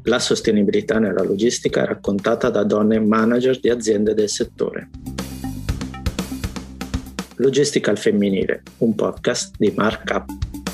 La sostenibilità nella logistica è raccontata da donne manager di aziende del settore. Logistica al femminile, un podcast di Markup.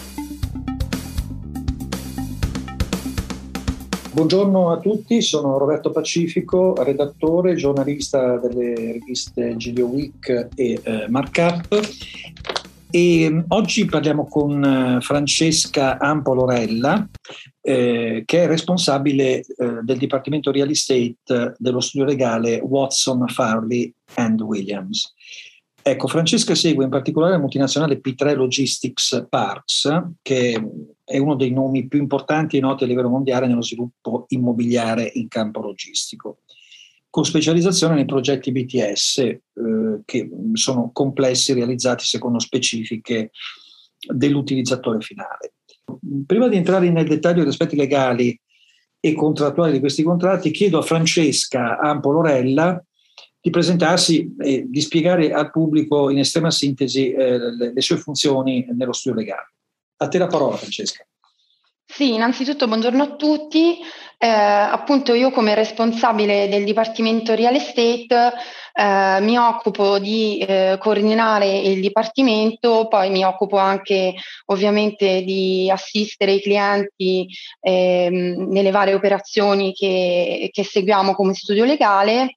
Buongiorno a tutti, sono Roberto Pacifico, redattore, giornalista delle riviste Gilio Week e Markup. E oggi parliamo con Francesca Ampo-Lorella, che è responsabile del Dipartimento Real Estate dello studio legale Watson, Farley & Williams. Ecco, Francesca segue in particolare la multinazionale P3 Logistics Parks, che è uno dei nomi più importanti e noti a livello mondiale nello sviluppo immobiliare in campo logistico, con specializzazione nei progetti BTS, che sono complessi, realizzati secondo specifiche dell'utilizzatore finale. Prima di entrare nel dettaglio degli aspetti legali e contrattuali di questi contratti, chiedo a Francesca Ampo-Lorella di presentarsi e di spiegare al pubblico in estrema sintesi le sue funzioni nello studio legale. A te la parola, Francesca. Sì, innanzitutto buongiorno a tutti. Appunto io come responsabile del Dipartimento Real Estate mi occupo di coordinare il Dipartimento, poi mi occupo anche ovviamente di assistere i clienti nelle varie operazioni che seguiamo come studio legale.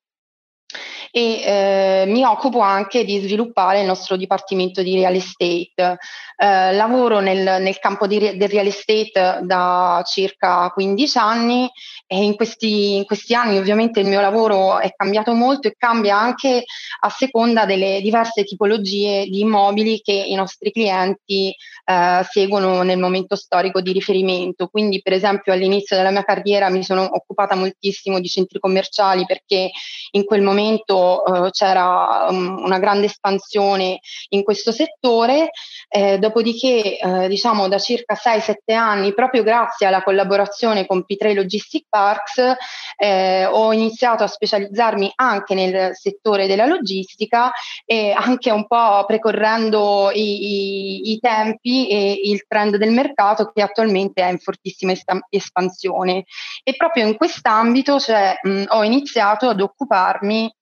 E mi occupo anche di sviluppare il nostro dipartimento di real estate. Lavoro nel campo del real estate da circa 15 anni e in questi anni ovviamente il mio lavoro è cambiato molto e cambia anche a seconda delle diverse tipologie di immobili che i nostri clienti seguono nel momento storico di riferimento. Quindi per esempio all'inizio della mia carriera mi sono occupata moltissimo di centri commerciali perché in quel momento c'era una grande espansione in questo settore, dopodiché diciamo da circa 6-7 anni, proprio grazie alla collaborazione con P3 Logistic Parks, ho iniziato a specializzarmi anche nel settore della logistica e anche un po' precorrendo i tempi e il trend del mercato che attualmente è in fortissima espansione. E proprio in quest'ambito ho iniziato ad occuparmi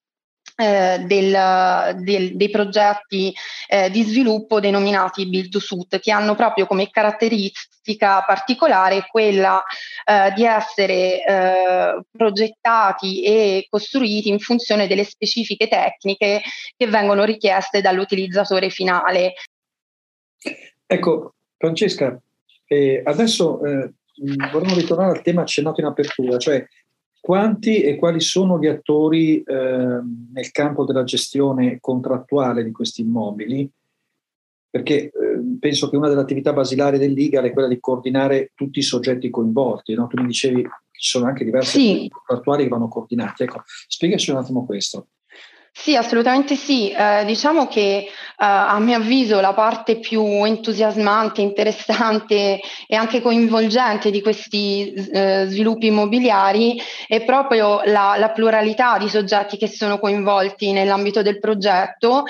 dei progetti di sviluppo denominati Build to Suit, che hanno proprio come caratteristica particolare quella di essere progettati e costruiti in funzione delle specifiche tecniche che vengono richieste dall'utilizzatore finale. Ecco, Francesca, adesso vorremmo ritornare al tema accennato in apertura, cioè quanti e quali sono gli attori nel campo della gestione contrattuale di questi immobili? Perché penso che una delle attività basilari del legal è quella di coordinare tutti i soggetti coinvolti, no? Tu mi dicevi che ci sono anche diversi attori contrattuali che vanno coordinati. Ecco, spiegaci un attimo questo. Sì, assolutamente sì. Diciamo che a mio avviso la parte più entusiasmante, interessante e anche coinvolgente di questi sviluppi immobiliari è proprio la pluralità di soggetti che sono coinvolti nell'ambito del progetto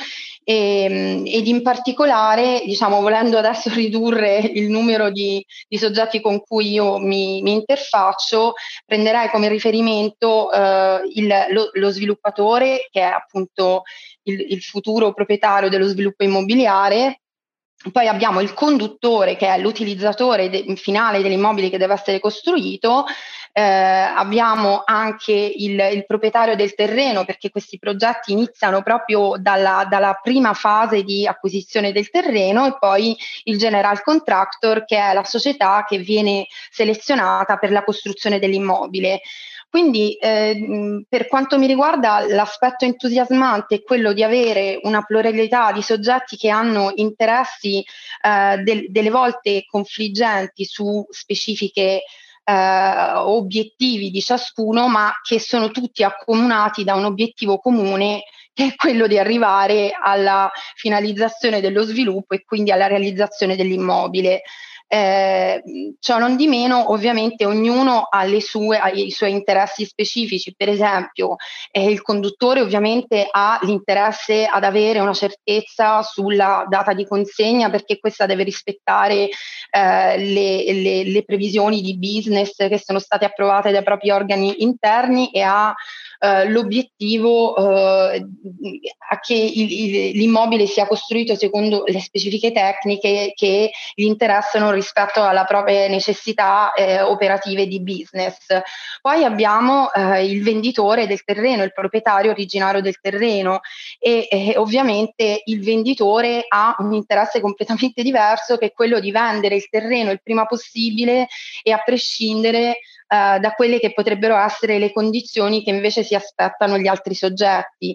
ed in particolare, diciamo, volendo adesso ridurre il numero di soggetti con cui io mi interfaccio, prenderei come riferimento lo sviluppatore, che è appunto il futuro proprietario dello sviluppo immobiliare. Poi abbiamo il conduttore, che è l'utilizzatore finale dell'immobile che deve essere costruito. Abbiamo anche il proprietario del terreno, perché questi progetti iniziano proprio dalla prima fase di acquisizione del terreno, e poi il general contractor, che è la società che viene selezionata per la costruzione dell'immobile. Quindi per quanto mi riguarda l'aspetto entusiasmante è quello di avere una pluralità di soggetti che hanno interessi delle volte confliggenti su specifiche obiettivi di ciascuno, ma che sono tutti accomunati da un obiettivo comune, che è quello di arrivare alla finalizzazione dello sviluppo e quindi alla realizzazione dell'immobile. Ciò non di meno, ovviamente ognuno ha i suoi interessi specifici. Per esempio, il conduttore ovviamente ha l'interesse ad avere una certezza sulla data di consegna, perché questa deve rispettare le previsioni di business che sono state approvate dai propri organi interni, e ha l'obiettivo che l'immobile sia costruito secondo le specifiche tecniche che gli interessano rispetto alla proprie necessità operative di business. Poi abbiamo il venditore del terreno, il proprietario originario del terreno, e ovviamente il venditore ha un interesse completamente diverso, che è quello di vendere il terreno il prima possibile, e a prescindere da quelle che potrebbero essere le condizioni che invece si aspettano gli altri soggetti.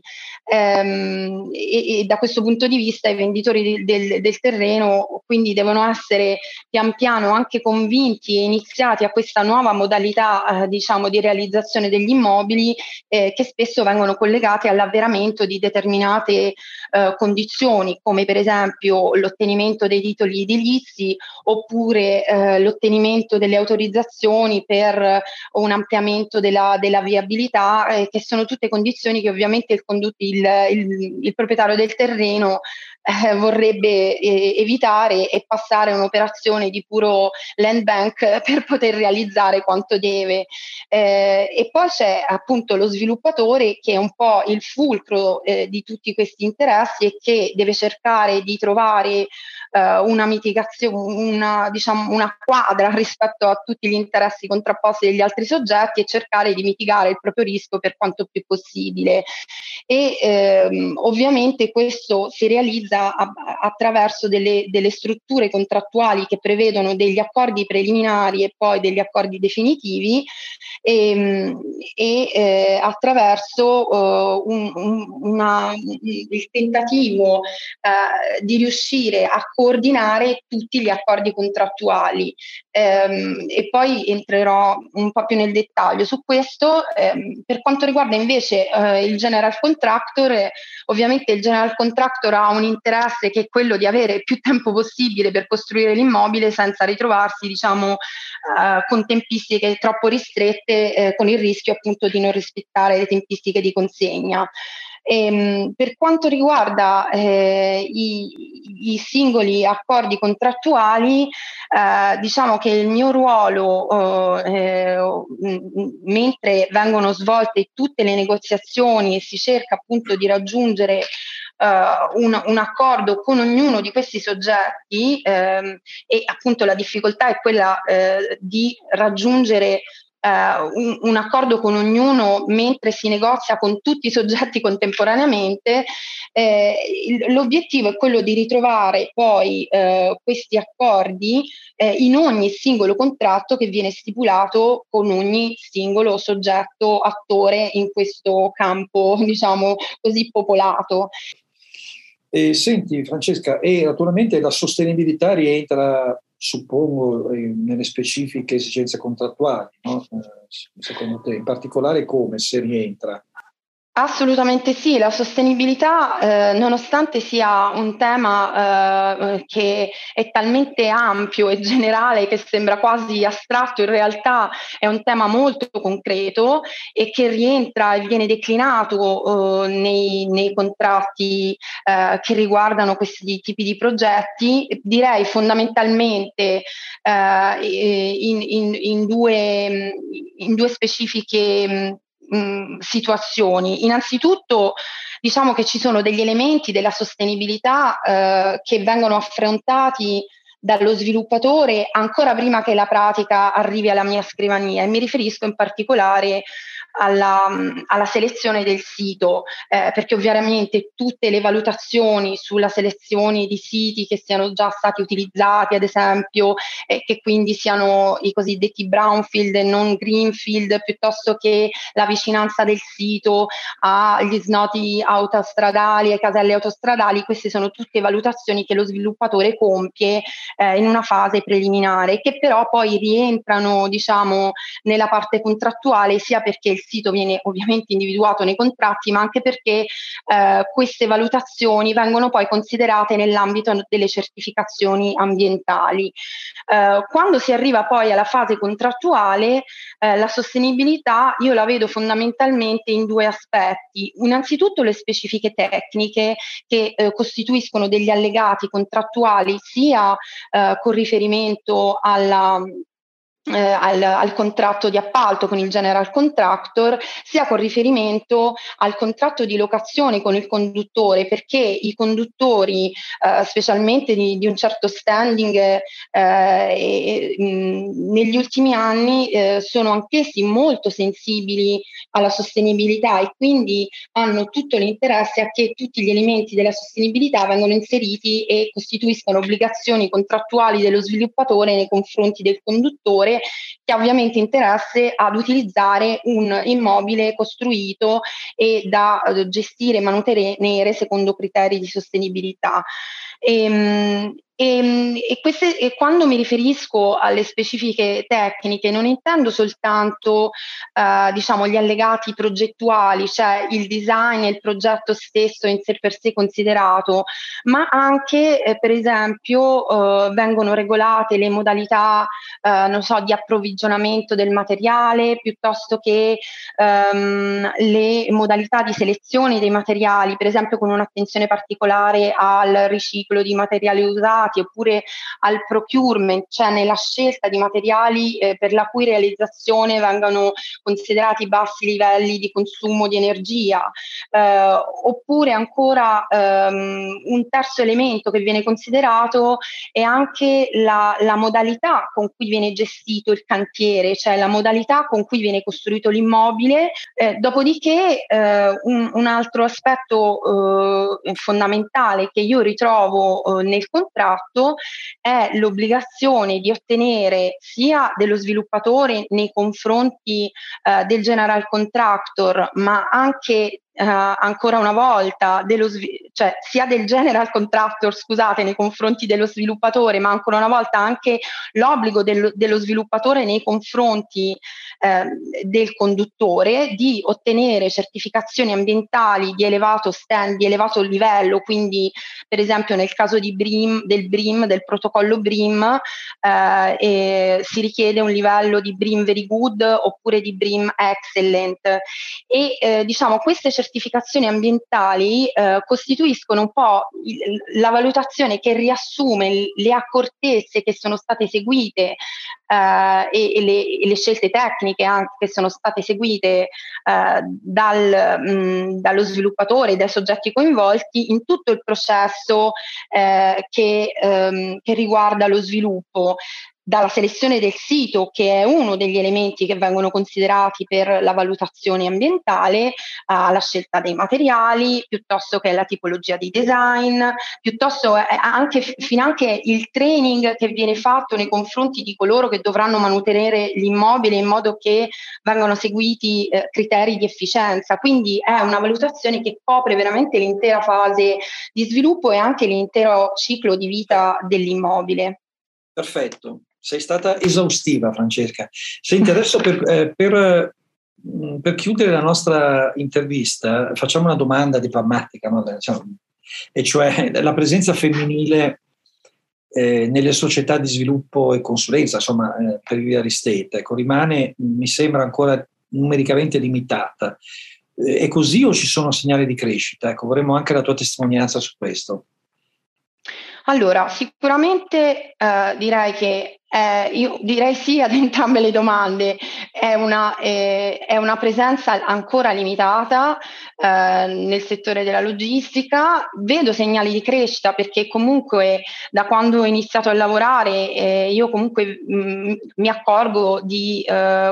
E da questo punto di vista i venditori del terreno quindi devono essere pian piano anche convinti e iniziati a questa nuova modalità diciamo di realizzazione degli immobili, che spesso vengono collegate all'avveramento di determinate condizioni, come per esempio l'ottenimento dei titoli edilizi, oppure l'ottenimento delle autorizzazioni per un ampliamento della viabilità, che sono tutte condizioni che ovviamente il proprietario del terreno vorrebbe evitare, e passare un'operazione di puro land bank per poter realizzare quanto deve. E poi c'è appunto lo sviluppatore, che è un po' il fulcro di tutti questi interessi, e che deve cercare di trovare una mitigazione, una quadra rispetto a tutti gli interessi contrapposti degli altri soggetti, e cercare di mitigare il proprio rischio per quanto più possibile. E ovviamente questo si realizza attraverso delle strutture contrattuali che prevedono degli accordi preliminari e poi degli accordi definitivi, e attraverso il tentativo di riuscire a coordinare tutti gli accordi contrattuali. E poi entrerò un po' più nel dettaglio su questo. Per quanto riguarda invece il general contractor, ovviamente il general contractor ha un interesse, che è quello di avere più tempo possibile per costruire l'immobile senza ritrovarsi con tempistiche troppo ristrette, con il rischio appunto di non rispettare le tempistiche di consegna. Per quanto riguarda i singoli accordi contrattuali, diciamo che il mio ruolo, mentre vengono svolte tutte le negoziazioni e si cerca appunto di raggiungere un accordo con ognuno di questi soggetti, e appunto la difficoltà è quella di raggiungere un accordo con ognuno mentre si negozia con tutti i soggetti contemporaneamente. L'obiettivo è quello di ritrovare poi questi accordi in ogni singolo contratto che viene stipulato con ogni singolo soggetto attore in questo campo, diciamo così, popolato. Senti Francesca, e naturalmente la sostenibilità rientra, suppongo, nelle specifiche esigenze contrattuali, no? Secondo te, in particolare come, se rientra? Assolutamente sì, la sostenibilità, nonostante sia un tema che è talmente ampio e generale che sembra quasi astratto, in realtà è un tema molto concreto, e che rientra e viene declinato nei contratti che riguardano questi tipi di progetti, direi fondamentalmente in due specifiche situazioni. Innanzitutto diciamo che ci sono degli elementi della sostenibilità che vengono affrontati dallo sviluppatore ancora prima che la pratica arrivi alla mia scrivania, e mi riferisco in particolare alla selezione del sito, perché ovviamente tutte le valutazioni sulla selezione di siti che siano già stati utilizzati, ad esempio, che quindi siano i cosiddetti brownfield e non greenfield, piuttosto che la vicinanza del sito agli snodi autostradali, ai caselli autostradali, queste sono tutte valutazioni che lo sviluppatore compie in una fase preliminare, che però poi rientrano, diciamo, nella parte contrattuale, sia perché il sito viene ovviamente individuato nei contratti, ma anche perché queste valutazioni vengono poi considerate nell'ambito delle certificazioni ambientali. Quando si arriva poi alla fase contrattuale, la sostenibilità io la vedo fondamentalmente in due aspetti. Innanzitutto le specifiche tecniche che costituiscono degli allegati contrattuali sia con riferimento al contratto di appalto con il general contractor, sia con riferimento al contratto di locazione con il conduttore, perché i conduttori, specialmente di un certo standing, negli ultimi anni sono anch'essi molto sensibili alla sostenibilità e quindi hanno tutto l'interesse a che tutti gli elementi della sostenibilità vengano inseriti e costituiscano obbligazioni contrattuali dello sviluppatore nei confronti del conduttore, che ha ovviamente interesse ad utilizzare un immobile costruito e da gestire e mantenere secondo criteri di sostenibilità. E quando mi riferisco alle specifiche tecniche non intendo soltanto diciamo gli allegati progettuali, cioè il design e il progetto stesso in sé per sé considerato, ma anche per esempio vengono regolate le modalità non so, di approvvigionamento del materiale, piuttosto che le modalità di selezione dei materiali, per esempio con un'attenzione particolare al riciclo di materiali usati oppure al procurement, cioè nella scelta di materiali per la cui realizzazione vengano considerati bassi livelli di consumo di energia, oppure ancora un terzo elemento che viene considerato è anche la modalità con cui viene gestito il cantiere, cioè la modalità con cui viene costruito l'immobile. Dopodiché un altro aspetto fondamentale che io ritrovo nel contratto è l'obbligazione di ottenere sia dello sviluppatore nei confronti del general contractor, ma anche ancora una volta cioè sia del general contractor, scusate, nei confronti dello sviluppatore, ma ancora una volta anche l'obbligo dello sviluppatore nei confronti del conduttore di ottenere certificazioni ambientali di elevato livello, quindi per esempio nel caso di BREEAM, del protocollo BREEAM, si richiede un livello di BREEAM Very Good oppure di BREEAM Excellent e diciamo queste certificazioni ambientali costituiscono un po' la valutazione che riassume le accortezze che sono state eseguite e le scelte tecniche anche che sono state eseguite dallo sviluppatore e dai soggetti coinvolti in tutto il processo che riguarda lo sviluppo, dalla selezione del sito, che è uno degli elementi che vengono considerati per la valutazione ambientale, alla scelta dei materiali, piuttosto che la tipologia di design, piuttosto anche finanche il training che viene fatto nei confronti di coloro che dovranno manutenere l'immobile in modo che vengano seguiti criteri di efficienza. Quindi è una valutazione che copre veramente l'intera fase di sviluppo e anche l'intero ciclo di vita dell'immobile. Perfetto. Sei stata esaustiva, Francesca. Senti, adesso per chiudere la nostra intervista facciamo una domanda diplomatica, no? E cioè la presenza femminile nelle società di sviluppo e consulenza, insomma, per il real estate, ecco, rimane, mi sembra, ancora numericamente limitata. È così o ci sono segnali di crescita? Ecco, vorremmo anche la tua testimonianza su questo. Allora, sicuramente direi che io direi sì ad entrambe le domande. È una presenza ancora limitata nel settore della logistica. Vedo segnali di crescita perché comunque da quando ho iniziato a lavorare io comunque mi accorgo di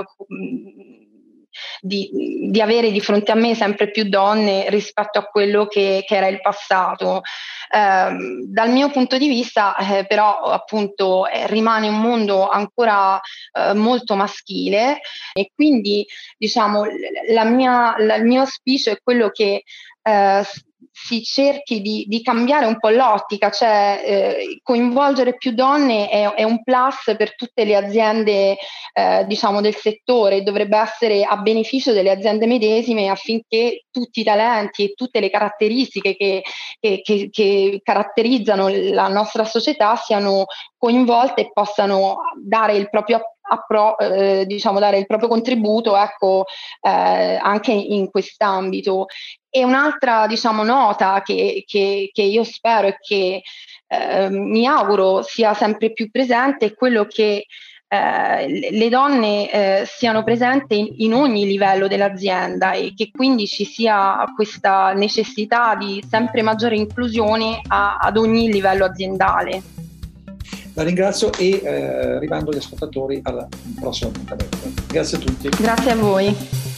avere di fronte a me sempre più donne rispetto a quello che era il passato. Dal mio punto di vista però appunto rimane un mondo ancora molto maschile e quindi diciamo il mio auspicio è quello che si cerchi di cambiare un po' l'ottica, cioè coinvolgere più donne è un plus per tutte le aziende diciamo del settore, dovrebbe essere a beneficio delle aziende medesime, affinché tutti i talenti e tutte le caratteristiche che caratterizzano la nostra società siano coinvolte e possano dare il proprio diciamo dare il proprio contributo, ecco, anche in quest'ambito. E un'altra, diciamo, nota che io spero e che mi auguro sia sempre più presente è quello che le donne siano presenti in ogni livello dell'azienda, e che quindi ci sia questa necessità di sempre maggiore inclusione ad ogni livello aziendale. La ringrazio e rimando gli ascoltatori al prossimo appuntamento. Grazie a tutti. Grazie a voi.